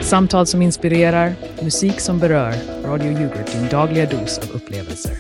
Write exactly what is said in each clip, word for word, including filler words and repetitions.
Samtal som inspirerar, musik som berör. Radio Yoghurt, din dagliga dos av upplevelser.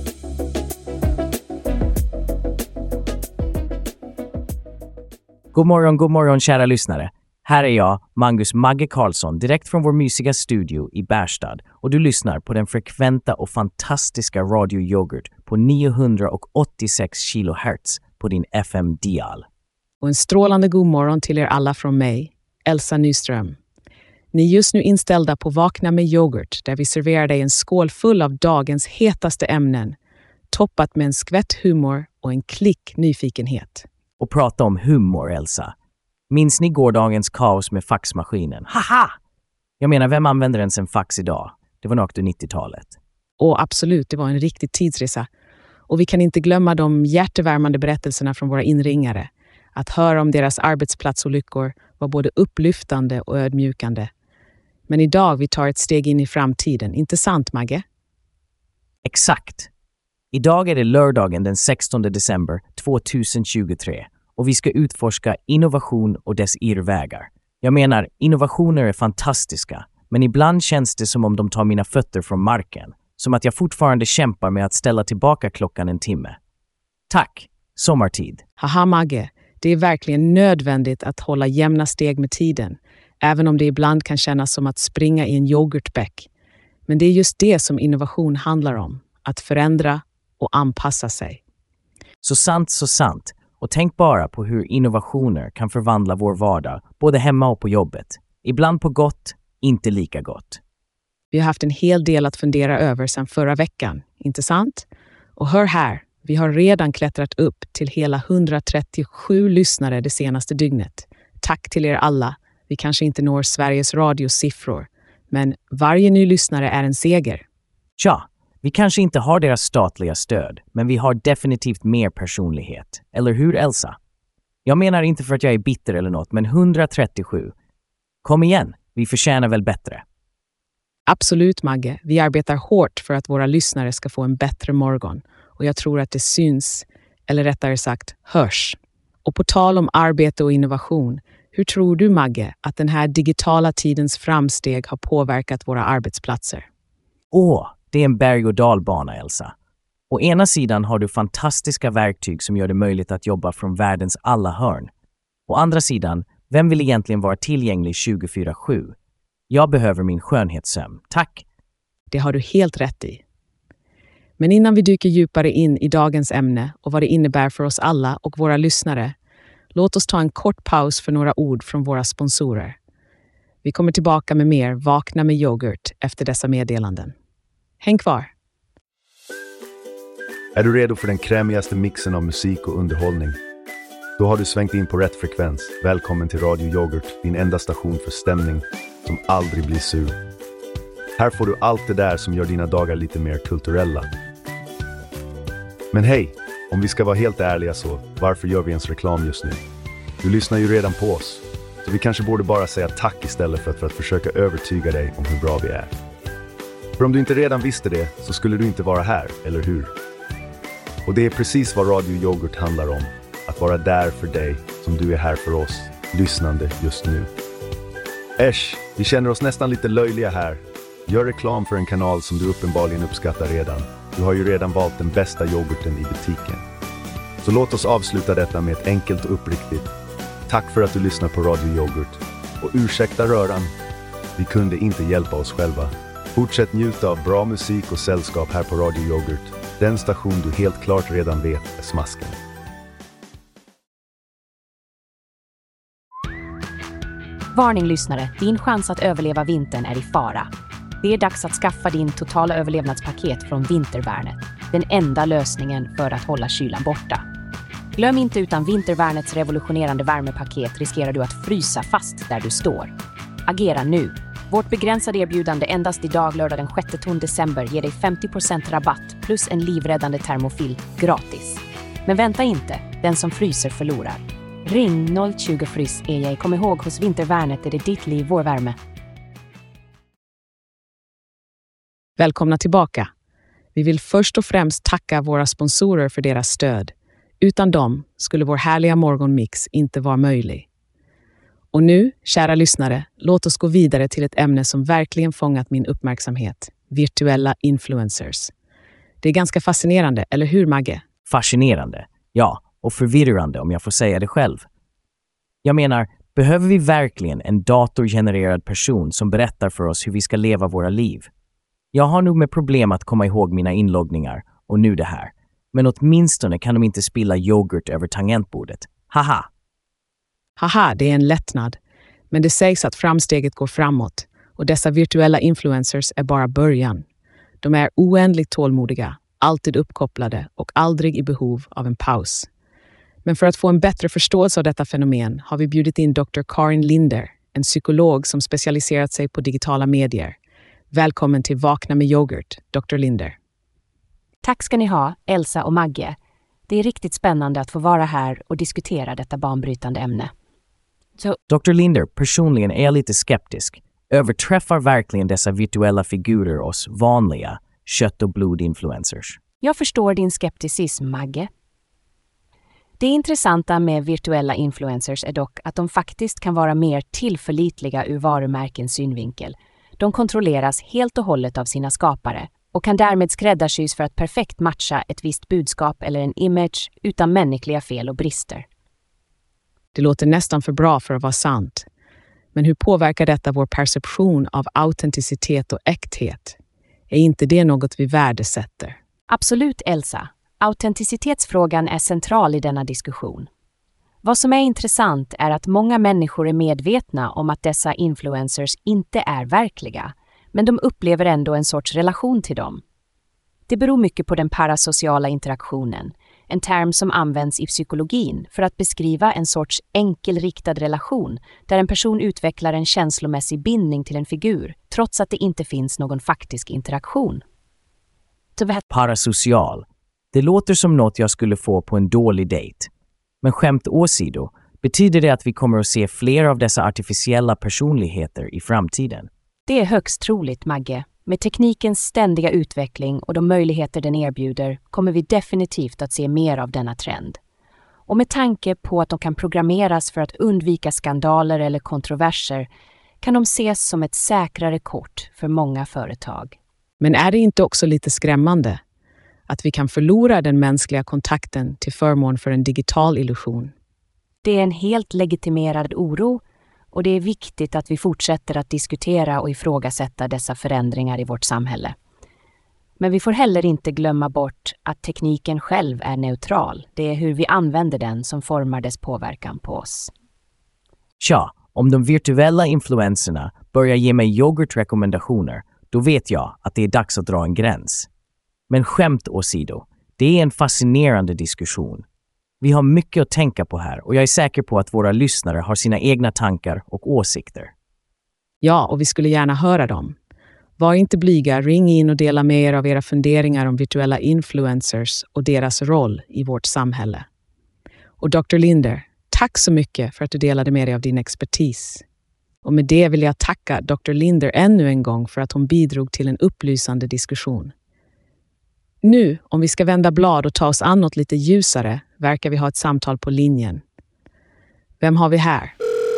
God morgon, god morgon kära lyssnare. Här är jag, Magnus Magge Karlsson, direkt från vår mysiga studio i Bärstad. Och du lyssnar på den frekventa och fantastiska Radio Yoghurt på niohundraåttiosex kilohertz på din F M-dial. Och en strålande god morgon till er alla från mig, Elsa Nyström. Ni är just nu inställda på Vakna med yoghurt, där vi serverar dig en skål full av dagens hetaste ämnen, toppat med en skvätt humor och en klick nyfikenhet. Och prata om humor, Elsa. Minns ni gårdagens kaos med faxmaskinen? Haha! Jag menar, vem använder ens en fax idag? Det var nog nittiotalet. Och absolut, det var en riktig tidsresa. Och vi kan inte glömma de hjärtevärmande berättelserna från våra inringare. Att höra om deras arbetsplatsolyckor var både upplyftande och ödmjukande. Men idag vi tar ett steg in i framtiden, inte sant, Magge? Exakt. Idag är det lördagen den sextonde december tjugohundratjugotre och vi ska utforska innovation och dess irrvägar. Jag menar, innovationer är fantastiska, men ibland känns det som om de tar mina fötter från marken. Som att jag fortfarande kämpar med att ställa tillbaka klockan en timme. Tack, sommartid. Haha, Magge. Det är verkligen nödvändigt att hålla jämna steg med tiden, även om det ibland kan kännas som att springa i en yoghurtbäck. Men det är just det som innovation handlar om, att förändra och anpassa sig. Så sant, så sant. Och tänk bara på hur innovationer kan förvandla vår vardag, både hemma och på jobbet. Ibland på gott, inte lika gott. Vi har haft en hel del att fundera över sedan förra veckan, inte sant? Och hör här. Vi har redan klättrat upp till hela hundratrettiosju lyssnare det senaste dygnet. Tack till er alla. Vi kanske inte når Sveriges Radios siffror, men varje ny lyssnare är en seger. Tja, vi kanske inte har deras statliga stöd, men vi har definitivt mer personlighet. Eller hur, Elsa? Jag menar inte för att jag är bitter eller något, men hundratrettiosju. Kom igen, vi förtjänar väl bättre. Absolut, Magge. Vi arbetar hårt för att våra lyssnare ska få en bättre morgon. Och jag tror att det syns, eller rättare sagt hörs. Och på tal om arbete och innovation, hur tror du, Magge, att den här digitala tidens framsteg har påverkat våra arbetsplatser? Åh, det är en berg- och dalbana, Elsa. Å ena sidan har du fantastiska verktyg som gör det möjligt att jobba från världens alla hörn. Å andra sidan, vem vill egentligen vara tillgänglig tjugofyra sju? Jag behöver min skönhetssömn, tack. Det har du helt rätt i. Men innan vi dyker djupare in i dagens ämne och vad det innebär för oss alla och våra lyssnare, låt oss ta en kort paus för några ord från våra sponsorer. Vi kommer tillbaka med mer Vakna med yoghurt efter dessa meddelanden. Häng kvar! Är du redo för den krämigaste mixen av musik och underhållning? Då har du svängt in på rätt frekvens. Välkommen till Radio Yoghurt, din enda station för stämning som aldrig blir sur. Här får du allt det där som gör dina dagar lite mer kulturella. Men hej, om vi ska vara helt ärliga så, varför gör vi ens reklam just nu? Du lyssnar ju redan på oss, så vi kanske borde bara säga tack istället för att, för att försöka övertyga dig om hur bra vi är. För om du inte redan visste det så skulle du inte vara här, eller hur? Och det är precis vad Radio Yoghurt handlar om, att vara där för dig som du är här för oss, lyssnande just nu. Äsch, vi känner oss nästan lite löjliga här. Gör reklam för en kanal som du uppenbarligen uppskattar redan. Du har ju redan valt den bästa yoghurten i butiken. Så låt oss avsluta detta med ett enkelt och uppriktigt tack för att du lyssnar på Radio Yoghurt. Och ursäkta röran, vi kunde inte hjälpa oss själva. Fortsätt njuta av bra musik och sällskap här på Radio Yoghurt. Den station du helt klart redan vet är smasken. Varning lyssnare, din chans att överleva vintern är i fara. Det är dags att skaffa din totala överlevnadspaket från Vintervärnet. Den enda lösningen för att hålla kylan borta. Glöm inte, utan Vintervärnets revolutionerande värmepaket riskerar du att frysa fast där du står. Agera nu. Vårt begränsade erbjudande endast idag lördag den sjätte december ger dig femtio procent rabatt plus en livräddande termofil gratis. Men vänta inte, den som fryser förlorar. Ring noll tjugo frys E J. Kom ihåg, hos Vintervärnet är det ditt liv, vår värme. Välkomna tillbaka. Vi vill först och främst tacka våra sponsorer för deras stöd. Utan dem skulle vår härliga morgonmix inte vara möjlig. Och nu, kära lyssnare, låt oss gå vidare till ett ämne som verkligen fångat min uppmärksamhet. Virtuella influencers. Det är ganska fascinerande, eller hur Magge? Fascinerande, ja, och förvirrande om jag får säga det själv. Jag menar, behöver vi verkligen en datorgenererad person som berättar för oss hur vi ska leva våra liv? Jag har nog med problem att komma ihåg mina inloggningar och nu det här. Men åtminstone kan de inte spilla yoghurt över tangentbordet. Haha! Haha, det är en lättnad. Men det sägs att framsteget går framåt och dessa virtuella influencers är bara början. De är oändligt tålmodiga, alltid uppkopplade och aldrig i behov av en paus. Men för att få en bättre förståelse av detta fenomen har vi bjudit in doktor Karin Linder, en psykolog som specialiserat sig på digitala medier. Välkommen till Vakna med yoghurt, doktor Linder. Tack ska ni ha, Elsa och Magge. Det är riktigt spännande att få vara här och diskutera detta banbrytande ämne. Så, doktor Linder, personligen är jag lite skeptisk. Överträffar verkligen dessa virtuella figurer oss vanliga kött- och blodinfluencers? jag förstår din skepticism, Magge. Det intressanta med virtuella influencers är dock att de faktiskt kan vara mer tillförlitliga ur varumärkens synvinkel. De kontrolleras helt och hållet av sina skapare och kan därmed skräddarsys för att perfekt matcha ett visst budskap eller en image utan mänskliga fel och brister. Det låter nästan för bra för att vara sant. Men hur påverkar detta vår perception av autenticitet och äkthet? Är inte det något vi värdesätter? Absolut, Elsa. Autenticitetsfrågan är central i denna diskussion. Vad som är intressant är att många människor är medvetna om att dessa influencers inte är verkliga, men de upplever ändå en sorts relation till dem. Det beror mycket på den parasociala interaktionen, en term som används i psykologin för att beskriva en sorts enkelriktad relation där en person utvecklar en känslomässig bindning till en figur trots att det inte finns någon faktisk interaktion. Parasocial. Det låter som något jag skulle få på en dålig dejt. Men skämt åsido, betyder det att vi kommer att se fler av dessa artificiella personligheter i framtiden? Det är högst troligt, Magge. Med teknikens ständiga utveckling och de möjligheter den erbjuder kommer vi definitivt att se mer av denna trend. Och med tanke på att de kan programmeras för att undvika skandaler eller kontroverser kan de ses som ett säkrare kort för många företag. Men är det inte också lite skrämmande att vi kan förlora den mänskliga kontakten till förmån för en digital illusion? Det är en helt legitimerad oro och det är viktigt att vi fortsätter att diskutera och ifrågasätta dessa förändringar i vårt samhälle. Men vi får heller inte glömma bort att tekniken själv är neutral. Det är hur vi använder den som formar dess påverkan på oss. Tja, om de virtuella influenserna börjar ge mig yoghurtrekommendationer, då vet jag att det är dags att dra en gräns. Men skämt åsido, det är en fascinerande diskussion. Vi har mycket att tänka på här och jag är säker på att våra lyssnare har sina egna tankar och åsikter. Ja, och vi skulle gärna höra dem. Var inte blyga, ring in och dela med er av era funderingar om virtuella influencers och deras roll i vårt samhälle. Och doktor Linder, tack så mycket för att du delade med dig av din expertis. Och med det vill jag tacka doktor Linder ännu en gång för att hon bidrog till en upplysande diskussion. Nu, om vi ska vända blad och ta oss an något lite ljusare, verkar vi ha ett samtal på linjen. Vem har vi här?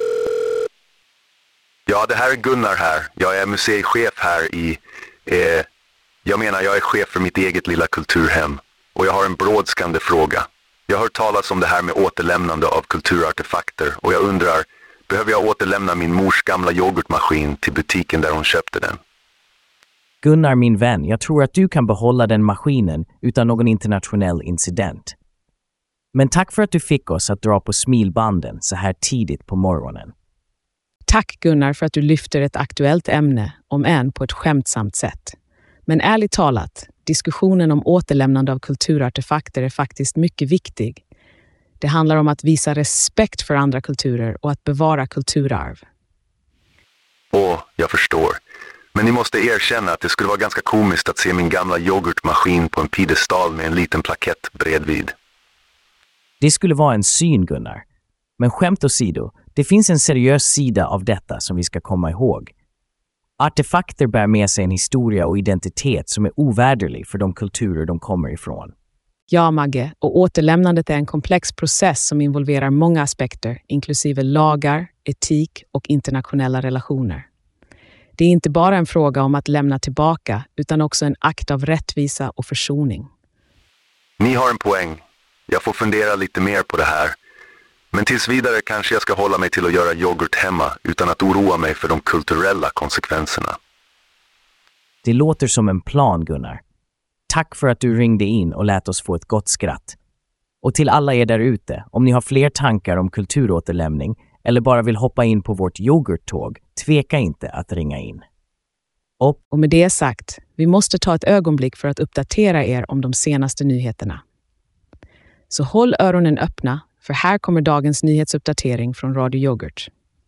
Ja, det här är Gunnar här. Jag är museichef här i... Eh, jag menar, jag är chef för mitt eget lilla kulturhem. Och jag har en brådskande fråga. Jag har hört talas om det här med återlämnande av kulturartefakter. Och jag undrar, behöver jag återlämna min mors gamla yoghurtmaskin till butiken där hon köpte den? Gunnar, min vän, jag tror att du kan behålla den maskinen utan någon internationell incident. Men tack för att du fick oss att dra på smilbanden så här tidigt på morgonen. Tack Gunnar för att du lyfter ett aktuellt ämne, om än på ett skämtsamt sätt. Men ärligt talat, diskussionen om återlämnande av kulturartefakter är faktiskt mycket viktig. Det handlar om att visa respekt för andra kulturer och att bevara kulturarv. Åh, jag förstår. Men ni måste erkänna att det skulle vara ganska komiskt att se min gamla yoghurtmaskin på en piedestal med en liten plakett bredvid. Det skulle vara en syn, Gunnar. Men skämt åsido, det finns en seriös sida av detta som vi ska komma ihåg. Artefakter bär med sig en historia och identitet som är ovärderlig för de kulturer de kommer ifrån. Ja, Magge, och återlämnandet är en komplex process som involverar många aspekter, inklusive lagar, etik och internationella relationer. Det är inte bara en fråga om att lämna tillbaka, utan också en akt av rättvisa och försoning. Ni har en poäng. Jag får fundera lite mer på det här. Men tills vidare kanske jag ska hålla mig till att göra yoghurt hemma utan att oroa mig för de kulturella konsekvenserna. Det låter som en plan, Gunnar. Tack för att du ringde in och lät oss få ett gott skratt. Och till alla er där ute, om ni har fler tankar om kulturåterlämning eller bara vill hoppa in på vårt yoghurttåg, tveka inte att ringa in. Och, och med det sagt, vi måste ta ett ögonblick för att uppdatera er om de senaste nyheterna. Så håll öronen öppna, för här kommer dagens nyhetsuppdatering från Radio Yoghurt.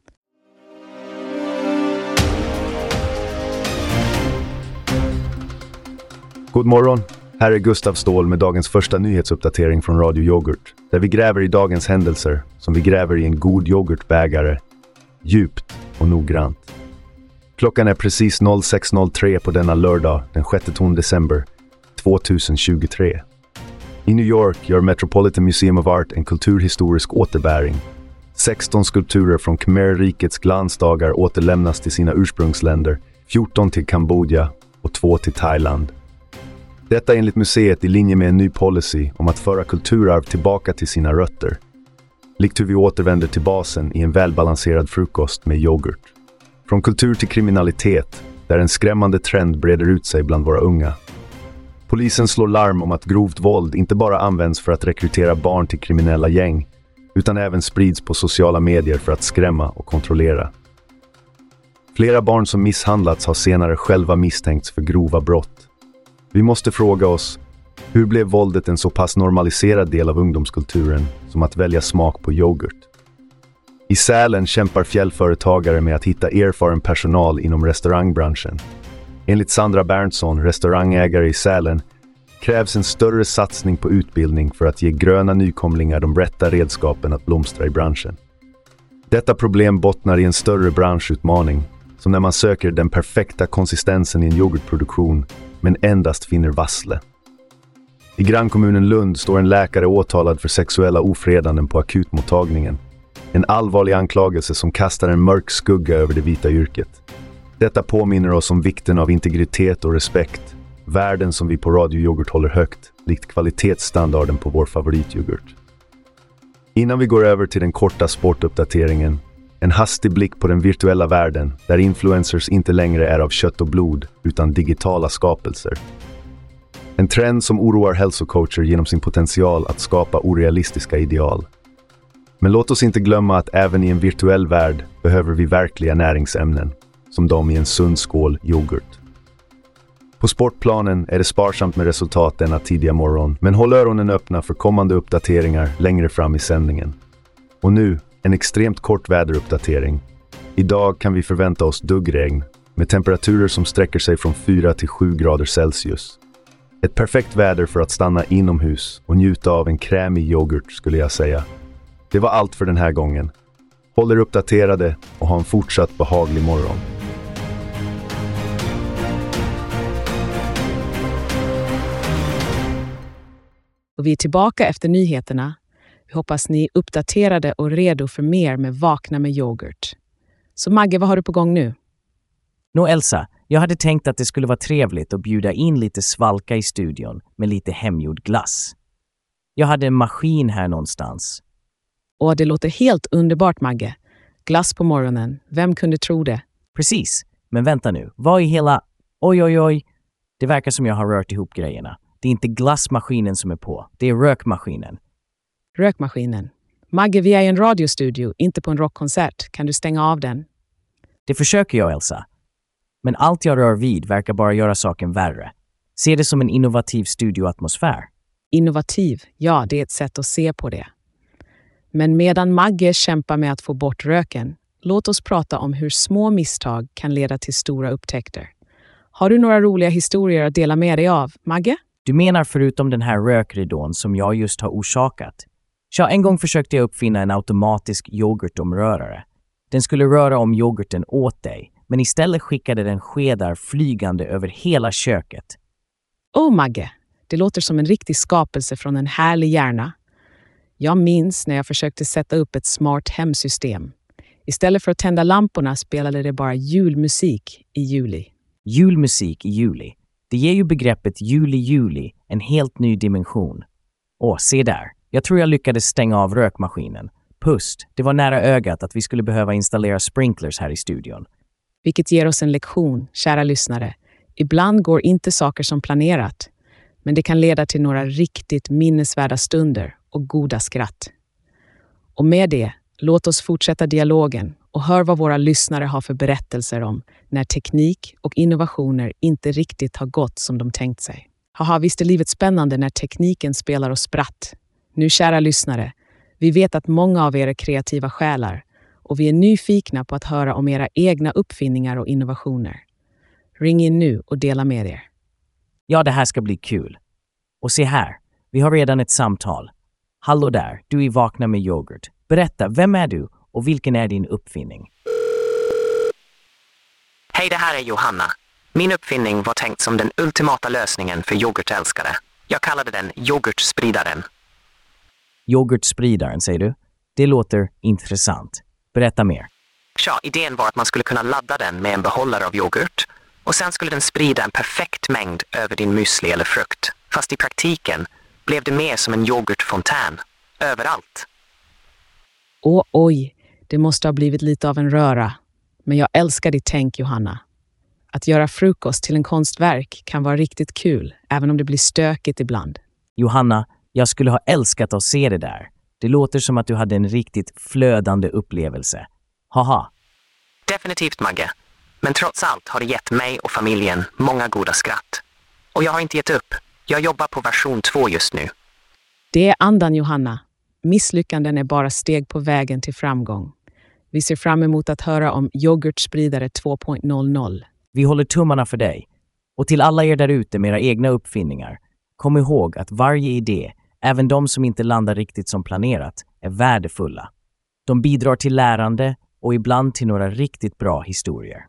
God morgon, här är Gustav Ståhl med dagens första nyhetsuppdatering från Radio Yoghurt, där vi gräver i dagens händelser som vi gräver i en god yoghurtbägare, djupt och noggrant. Klockan är precis sex noll tre på denna lördag, den sjätte december tjugohundratjugotre. I New York gör Metropolitan Museum of Art en kulturhistorisk återbäring. sexton skulpturer från Khmer-rikets glansdagar återlämnas till sina ursprungsländer, fjorton till Kambodja och två till Thailand. Detta är enligt museet i linje med en ny policy om att föra kulturarv tillbaka till sina rötter. Likt hur vi återvänder till basen i en välbalanserad frukost med yoghurt. Från kultur till kriminalitet, där en skrämmande trend breder ut sig bland våra unga. Polisen slår larm om att grovt våld inte bara används för att rekrytera barn till kriminella gäng, utan även sprids på sociala medier för att skrämma och kontrollera. Flera barn som misshandlats har senare själva misstänkts för grova brott. Vi måste fråga oss, hur blev våldet en så pass normaliserad del av ungdomskulturen som att välja smak på yoghurt? I Sälen kämpar fjällföretagare med att hitta erfaren personal inom restaurangbranschen. Enligt Sandra Berntsson, restaurangägare i Sälen, krävs en större satsning på utbildning för att ge gröna nykomlingar de rätta redskapen att blomstra i branschen. Detta problem bottnar i en större branschutmaning, som när man söker den perfekta konsistensen i en yoghurtproduktion men endast finner vassle. I grannkommunen Lund står en läkare åtalad för sexuella ofredanden på akutmottagningen. En allvarlig anklagelse som kastar en mörk skugga över det vita yrket. Detta påminner oss om vikten av integritet och respekt, värden som vi på Radio Yoghurt håller högt, likt kvalitetsstandarden på vår favorityoghurt. Innan vi går över till den korta sportuppdateringen, en hastig blick på den virtuella världen där influencers inte längre är av kött och blod utan digitala skapelser. En trend som oroar hälsocoacher genom sin potential att skapa orealistiska ideal. Men låt oss inte glömma att även i en virtuell värld behöver vi verkliga näringsämnen, som de i en sund skål yoghurt. På sportplanen är det sparsamt med resultat denna tidiga morgon, men håll öronen öppna för kommande uppdateringar längre fram i sändningen. Och nu, en extremt kort väderuppdatering. Idag kan vi förvänta oss duggregn, med temperaturer som sträcker sig från fyra till sju grader Celsius. Ett perfekt väder för att stanna inomhus och njuta av en krämig yoghurt, skulle jag säga. Det var allt för den här gången. Håll er uppdaterade och ha en fortsatt behaglig morgon. Och vi är tillbaka efter nyheterna. Vi hoppas ni är uppdaterade och redo för mer med Vakna med yoghurt. Så Magge, vad har du på gång nu? Nå Elsa, jag hade tänkt att det skulle vara trevligt att bjuda in lite svalka i studion med lite hemgjord glass. Jag hade en maskin här någonstans. Och det låter helt underbart, Magge. Glass på morgonen, vem kunde tro det? Precis, men vänta nu. Vad i hela... Oj, oj, oj. Det verkar som jag har rört ihop grejerna. Det är inte glassmaskinen som är på, det är rökmaskinen. Rökmaskinen. Magge, vi är i en radiostudio, inte på en rockkonsert. Kan du stänga av den? Det försöker jag, Elsa. Men allt jag rör vid verkar bara göra saken värre. Se det som en innovativ studioatmosfär. Innovativ, ja, det är ett sätt att se på det. Men medan Magge kämpar med att få bort röken, låt oss prata om hur små misstag kan leda till stora upptäckter. Har du några roliga historier att dela med dig av, Magge? Du menar förutom den här rökridån som jag just har orsakat? Ja, en gång försökte jag uppfinna en automatisk yoghurtomrörare. Den skulle röra om yoghurten åt dig, men istället skickade den skedar flygande över hela köket. Åh, Magge, det låter som en riktig skapelse från en härlig hjärna. Jag minns när jag försökte sätta upp ett smart hemsystem. Istället för att tända lamporna spelade det bara julmusik i juli. Julmusik i juli. Det ger ju begreppet juli-juli en helt ny dimension. Åh, se där. Jag tror jag lyckades stänga av rökmaskinen. Pust, det var nära ögat att vi skulle behöva installera sprinklers här i studion. Vilket ger oss en lektion, kära lyssnare. Ibland går inte saker som planerat, men det kan leda till några riktigt minnesvärda stunder och goda skratt. Och med det, låt oss fortsätta dialogen och hör vad våra lyssnare har för berättelser om när teknik och innovationer inte riktigt har gått som de tänkt sig. Haha, visst är livet spännande när tekniken spelar oss spratt. Nu, kära lyssnare, vi vet att många av er är kreativa själar och vi är nyfikna på att höra om era egna uppfinningar och innovationer. Ring in nu och dela med er. Ja, det här ska bli kul. Och se här, vi har redan ett samtal. Hallå där, du är Vakna med yoghurt. Berätta, vem är du och vilken är din uppfinning? Hej, det här är Johanna. Min uppfinning var tänkt som den ultimata lösningen för yoghurtälskare. Jag kallade den yoghurtspridaren. Yoghurtspridaren, säger du? Det låter intressant. Berätta mer. Ja, idén var att man skulle kunna ladda den med en behållare av yoghurt och sen skulle den sprida en perfekt mängd över din müsli eller frukt. Fast i praktiken blev det mer som en yoghurtfontän. Överallt. Åh, oj, det måste ha blivit lite av en röra. Men jag älskar ditt tänk, Johanna. Att göra frukost till en konstverk kan vara riktigt kul, även om det blir stökigt ibland. Johanna, jag skulle ha älskat att se det där. Det låter som att du hade en riktigt flödande upplevelse. Haha. Definitivt, Magge. Men trots allt har det gett mig och familjen många goda skratt. Och jag har inte gett upp. Jag jobbar på version två just nu. Det är andan, Johanna. Misslyckanden är bara steg på vägen till framgång. Vi ser fram emot att höra om yoghurtspridare två punkt noll noll. Vi håller tummarna för dig. Och till alla er där ute med era egna uppfinningar, kom ihåg att varje idé, även de som inte landar riktigt som planerat, är värdefulla. De bidrar till lärande och ibland till några riktigt bra historier.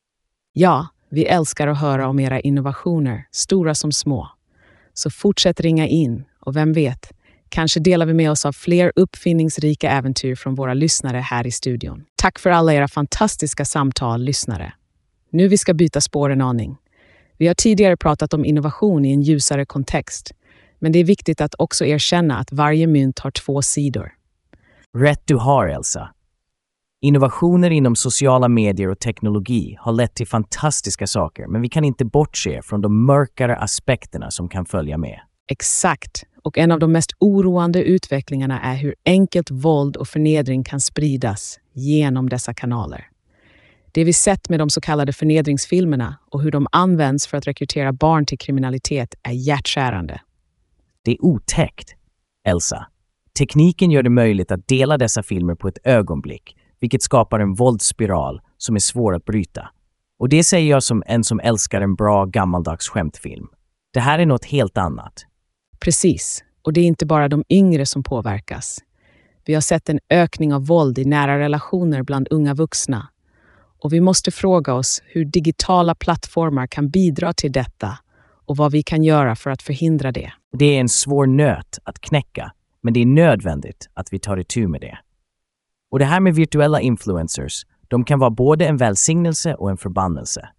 Ja, vi älskar att höra om era innovationer, stora som små. Så fortsätt ringa in och vem vet, kanske delar vi med oss av fler uppfinningsrika äventyr från våra lyssnare här i studion. Tack för alla era fantastiska samtal, lyssnare. Nu vi ska byta spår en aning. Vi har tidigare pratat om innovation i en ljusare kontext, men det är viktigt att också erkänna att varje mynt har två sidor. Rätt du har, Elsa. Innovationer inom sociala medier och teknologi har lett till fantastiska saker, men vi kan inte bortse från de mörkare aspekterna som kan följa med. Exakt, och en av de mest oroande utvecklingarna är hur enkelt våld och förnedring kan spridas genom dessa kanaler. Det vi sett med de så kallade förnedringsfilmerna och hur de används för att rekrytera barn till kriminalitet är hjärtskärande. Det är otäckt, Elsa. Tekniken gör det möjligt att dela dessa filmer på ett ögonblick, vilket skapar en våldsspiral som är svår att bryta. Och det säger jag som en som älskar en bra gammaldags skämtfilm. Det här är något helt annat. Precis, och det är inte bara de yngre som påverkas. Vi har sett en ökning av våld i nära relationer bland unga vuxna. Och vi måste fråga oss hur digitala plattformar kan bidra till detta och vad vi kan göra för att förhindra det. Det är en svår nöt att knäcka, men det är nödvändigt att vi tar itu med det. Och det här med virtuella influencers, de kan vara både en välsignelse och en förbannelse.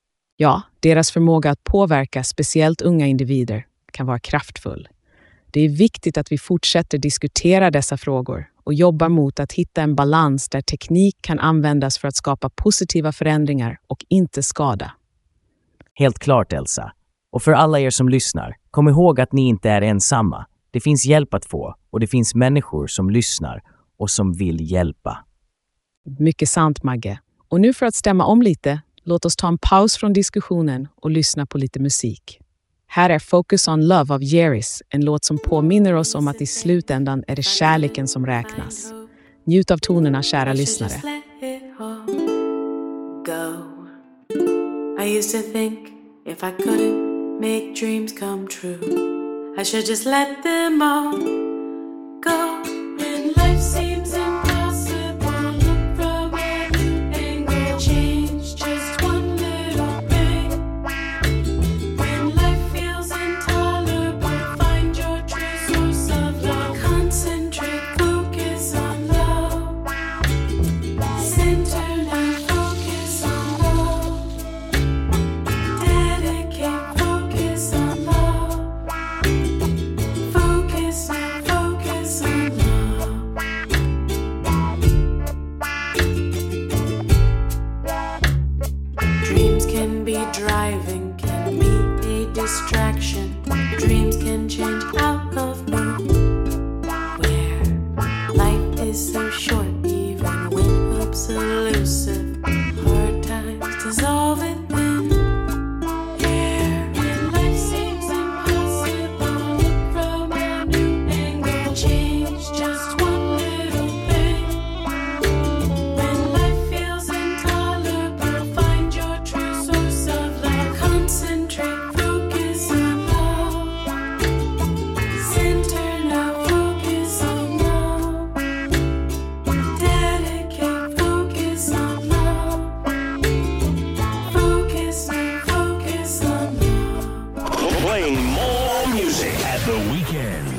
Ja, deras förmåga att påverka speciellt unga individer kan vara kraftfull. Det är viktigt att vi fortsätter diskutera dessa frågor och jobbar mot att hitta en balans där teknik kan användas för att skapa positiva förändringar och inte skada. Helt klart, Elsa. Och för alla er som lyssnar, kom ihåg att ni inte är ensamma. Det finns hjälp att få och det finns människor som lyssnar och som vill hjälpa. Mycket sant, Magge. Och nu för att stämma om lite, låt oss ta en paus från diskussionen och lyssna på lite musik. Här är Focus on Love av Jerry's, en låt som påminner oss om att i slutändan är det kärleken som räknas. Njut av tonerna, kära lyssnare. I used to think if I couldn't make dreams come true, I should just let them all go. When life seems impossible, look from a new angle, change just one little thing. When life feels intolerable, find your true source of love. Concentrate, focus on love. driving can be a distraction. Dreams can change out of mood. Where life is so short, even when hope's elusive. Hard times dissolve in thin air. When life seems impossible, look from a new angle. Change just one little thing. When life feels intolerable, find your true source of love. Concentrate, focus on love. Center now, focus on love. Dedicate, focus on love. Focus now, focus on love. Playing more music at the weekend.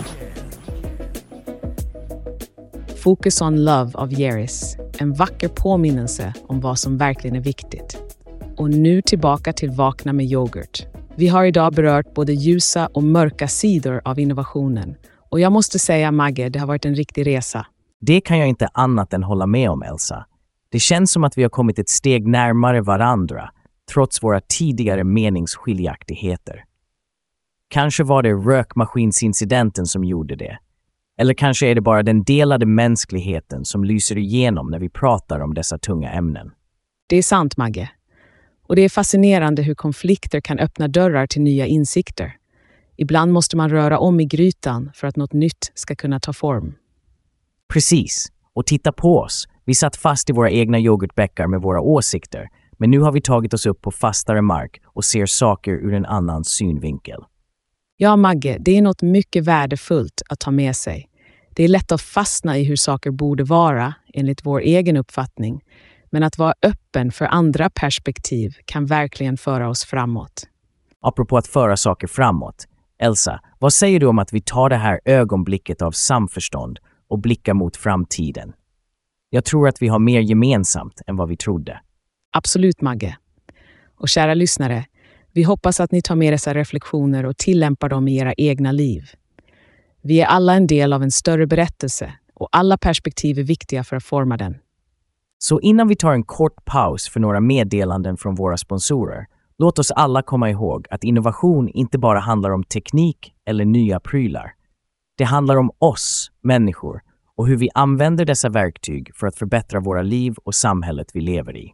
Focus on Love av Yeris. En vacker påminnelse om vad som verkligen är viktigt. Och nu tillbaka till Vakna med yoghurt. Vi har idag berört både ljusa och mörka sidor av innovationen. Och jag måste säga, Magge, det har varit en riktig resa. Det kan jag inte annat än hålla med om, Elsa. Det känns som att vi har kommit ett steg närmare varandra, trots våra tidigare meningsskiljaktigheter. Kanske var det rökmaskinsincidenten som gjorde det. Eller kanske är det bara den delade mänskligheten som lyser igenom när vi pratar om dessa tunga ämnen. Det är sant, Magge. Och det är fascinerande hur konflikter kan öppna dörrar till nya insikter. Ibland måste man röra om i grytan för att något nytt ska kunna ta form. Precis. Och titta på oss. Vi satt fast i våra egna yoghurtbäckar med våra åsikter. Men nu har vi tagit oss upp på fastare mark och ser saker ur en annan synvinkel. Ja, Magge, det är något mycket värdefullt att ta med sig. Det är lätt att fastna i hur saker borde vara, enligt vår egen uppfattning. Men att vara öppen för andra perspektiv kan verkligen föra oss framåt. Apropå att föra saker framåt. Elsa, vad säger du om att vi tar det här ögonblicket av samförstånd och blickar mot framtiden? Jag tror att vi har mer gemensamt än vad vi trodde. Absolut, Magge. Och kära lyssnare, vi hoppas att ni tar med dessa reflektioner och tillämpar dem i era egna liv. Vi är alla en del av en större berättelse och alla perspektiv är viktiga för att forma den. Så innan vi tar en kort paus för några meddelanden från våra sponsorer, låt oss alla komma ihåg att innovation inte bara handlar om teknik eller nya prylar. Det handlar om oss, människor, och hur vi använder dessa verktyg för att förbättra våra liv och samhället vi lever i.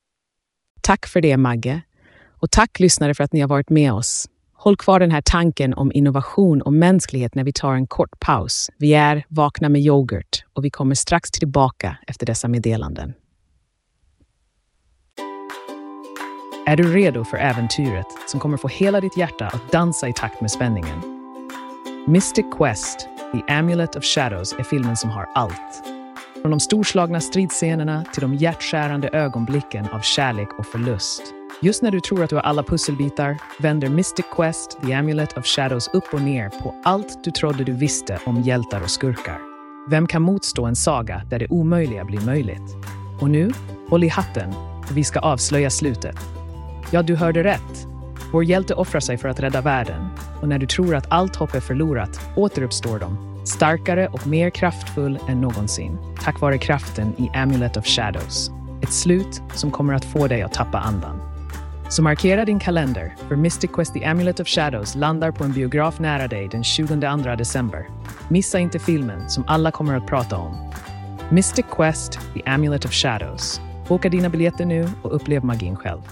Tack för det, Magge. Och tack lyssnare för att ni har varit med oss. Håll kvar den här tanken om innovation och mänsklighet när vi tar en kort paus. Vi är Vakna med yoghurt och vi kommer strax tillbaka efter dessa meddelanden. Är du redo för äventyret som kommer få hela ditt hjärta att dansa i takt med spänningen? Mystic Quest, The Amulet of Shadows är filmen som har allt. Från de storslagna stridscenerna till de hjärtskärande ögonblicken av kärlek och förlust. Just när du tror att du har alla pusselbitar vänder Mystic Quest, The Amulet of Shadows upp och ner på allt du trodde du visste om hjältar och skurkar. Vem kan motstå en saga där det omöjliga blir möjligt? Och nu, håll i hatten, för vi ska avslöja slutet. Ja, du hörde rätt. Vår hjälte offrar sig för att rädda världen. Och när du tror att allt hopp är förlorat, återuppstår de. Starkare och mer kraftfull än någonsin. Tack vare kraften i Amulet of Shadows. Ett slut som kommer att få dig att tappa andan. Så markera din kalender, för Mystic Quest The Amulet of Shadows landar på en biograf nära dig den tjugoandra december. Missa inte filmen som alla kommer att prata om. Mystic Quest The Amulet of Shadows. Boka dina biljetter nu och upplev magin själv.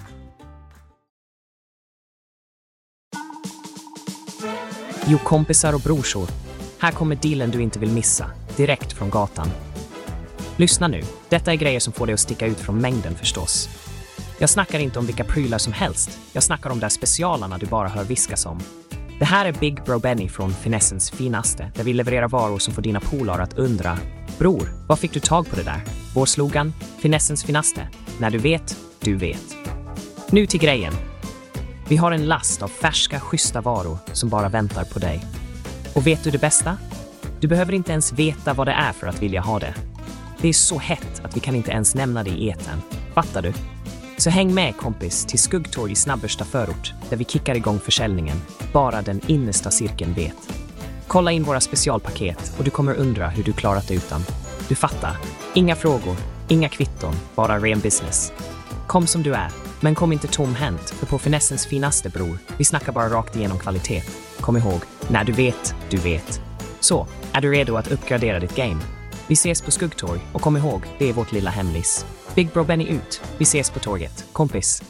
Jo, kompisar och brorsor. Här kommer dealen du inte vill missa, direkt från gatan. Lyssna nu, detta är grejer som får dig att sticka ut från mängden förstås. Jag snackar inte om vilka prylar som helst, jag snackar om där specialarna du bara hör viskas om. Det här är Big Bro Benny från Finessens finaste, där vi levererar varor som får dina polar att undra: bror, vad fick du tag på det där? Vår slogan, Finessens finaste, när du vet, du vet. Nu till grejen. Vi har en last av färska, schyssta varor som bara väntar på dig. Och vet du det bästa? Du behöver inte ens veta vad det är för att vilja ha det. Det är så hett att vi kan inte ens nämna det i etern. Fattar du? Så häng med kompis till Skuggtorg i Snabbersta förort, där vi kickar igång försäljningen. Bara den innersta cirkeln vet. Kolla in våra specialpaket och du kommer undra hur du klarat det utan. Du fattar. Inga frågor, inga kvitton, bara ren business. Kom som du är. Men kom inte tomhänt, för på finessens finaste bror, vi snackar bara rakt igenom kvalitet. Kom ihåg, när du vet, du vet. Så, är du redo att uppgradera ditt game? Vi ses på Skuggtorg och kom ihåg, det är vårt lilla hemlis. Big Bro Benny ut, vi ses på torget, kompis.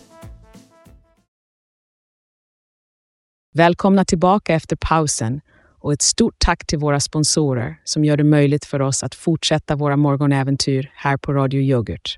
Välkomna tillbaka efter pausen och ett stort tack till våra sponsorer som gör det möjligt för oss att fortsätta våra morgonäventyr här på Radio Yoghurt.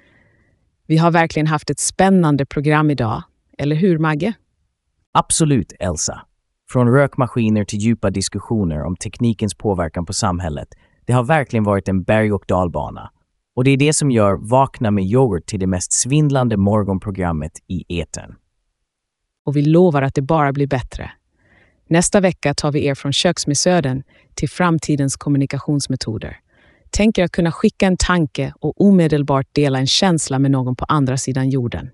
Vi har verkligen haft ett spännande program idag, eller hur Magge? Absolut, Elsa. Från rökmaskiner till djupa diskussioner om teknikens påverkan på samhället. Det har verkligen varit en berg- och dalbana. Och det är det som gör Vakna med yoghurt till det mest svindlande morgonprogrammet i etern. Och vi lovar att det bara blir bättre. Nästa vecka tar vi er från köksmissöden till framtidens kommunikationsmetoder. Tänker att kunna skicka en tanke och omedelbart dela en känsla med någon på andra sidan jorden.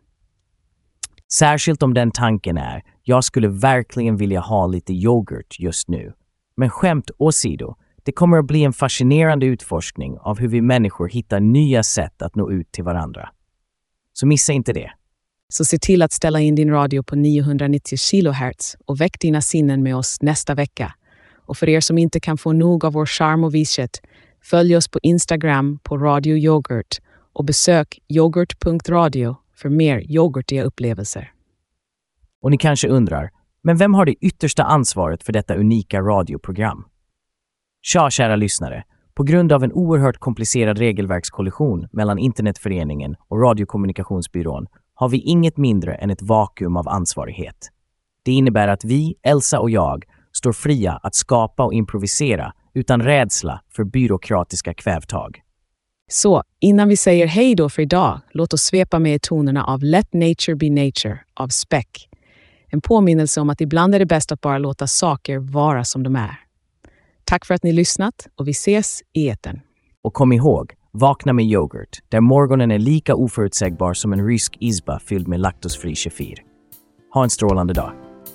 Särskilt om den tanken är, jag skulle verkligen vilja ha lite yoghurt just nu. Men skämt åsido, det kommer att bli en fascinerande utforskning av hur vi människor hittar nya sätt att nå ut till varandra. Så missa inte det. Så se till att ställa in din radio på niohundranittio kilohertz och väck dina sinnen med oss nästa vecka. Och för er som inte kan få nog av vår charm och vishet, följ oss på Instagram på Radio Yoghurt och besök yoghurt punkt radio för mer yoghurtiga upplevelser. Och ni kanske undrar, men vem har det yttersta ansvaret för detta unika radioprogram? Tja, kära lyssnare. På grund av en oerhört komplicerad regelverkskollision mellan Internetföreningen och Radiokommunikationsbyrån har vi inget mindre än ett vakuum av ansvarighet. Det innebär att vi, Elsa och jag, står fria att skapa och improvisera utan rädsla för byråkratiska kvävtag. Så, innan vi säger hej då för idag, låt oss svepa med i tonerna av Let Nature Be Nature av Speck. En påminnelse om att ibland är det bäst att bara låta saker vara som de är. Tack för att ni lyssnat och vi ses i etern. Och kom ihåg, vakna med yoghurt, där morgonen är lika oförutsägbar som en rysk isba fylld med laktosfri kefir. Ha en strålande dag.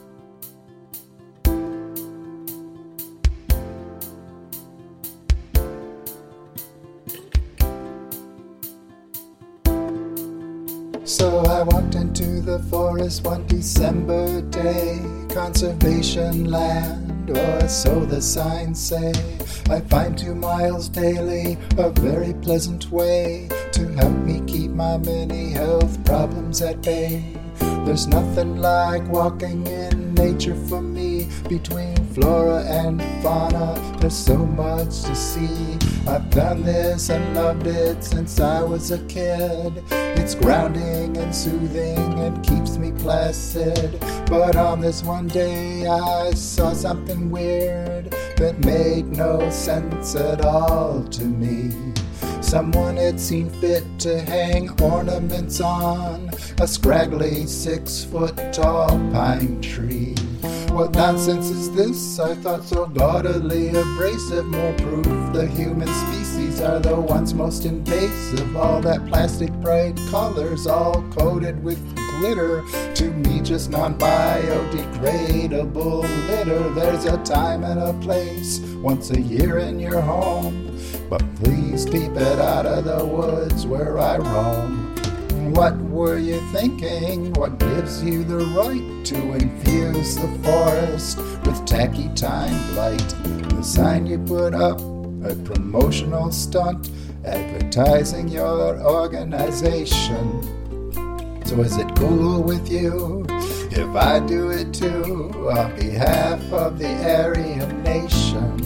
So I walked into the forest one December day, conservation land, or so the signs say. I find two miles daily a very pleasant way to help me keep my many health problems at bay. There's nothing like walking in nature for me. Between flora and fauna, there's so much to see. I've done this and loved it since I was a kid. It's grounding and soothing and keeps me placid. But on this one day I saw something weird that made no sense at all to me. Someone had seen fit to hang ornaments on a scraggly six-foot-tall pine tree. What nonsense is this? I thought, so gaudily abrasive. More proof the human species are the ones most invasive. All that plastic bright colors all coated with glitter, to me just non-biodegradable litter. There's a time and a place once a year in your home, but please keep it out of the woods where I roam. What were you thinking? What gives you the right to infuse the forest with tacky time blight? The sign you put up, a promotional stunt, advertising your organization. So is it cool with you if I do it too, on behalf of the Aryan nation?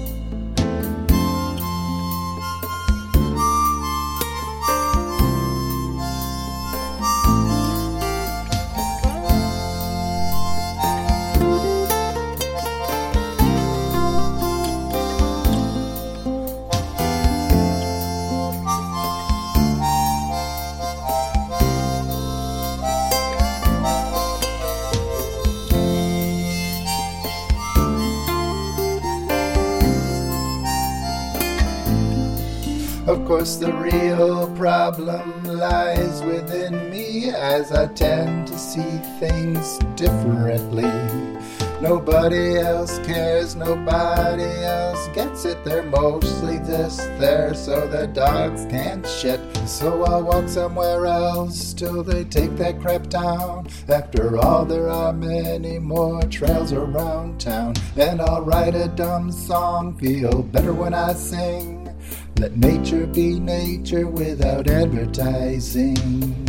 Of course the real problem lies within me, as I tend to see things differently. Nobody else cares, nobody else gets it. They're mostly just there so the dogs can't shit. So I'll walk somewhere else till they take that crap down. After all, there are many more trails around town. And I'll write a dumb song, feel better when I sing. Let nature be nature without advertising.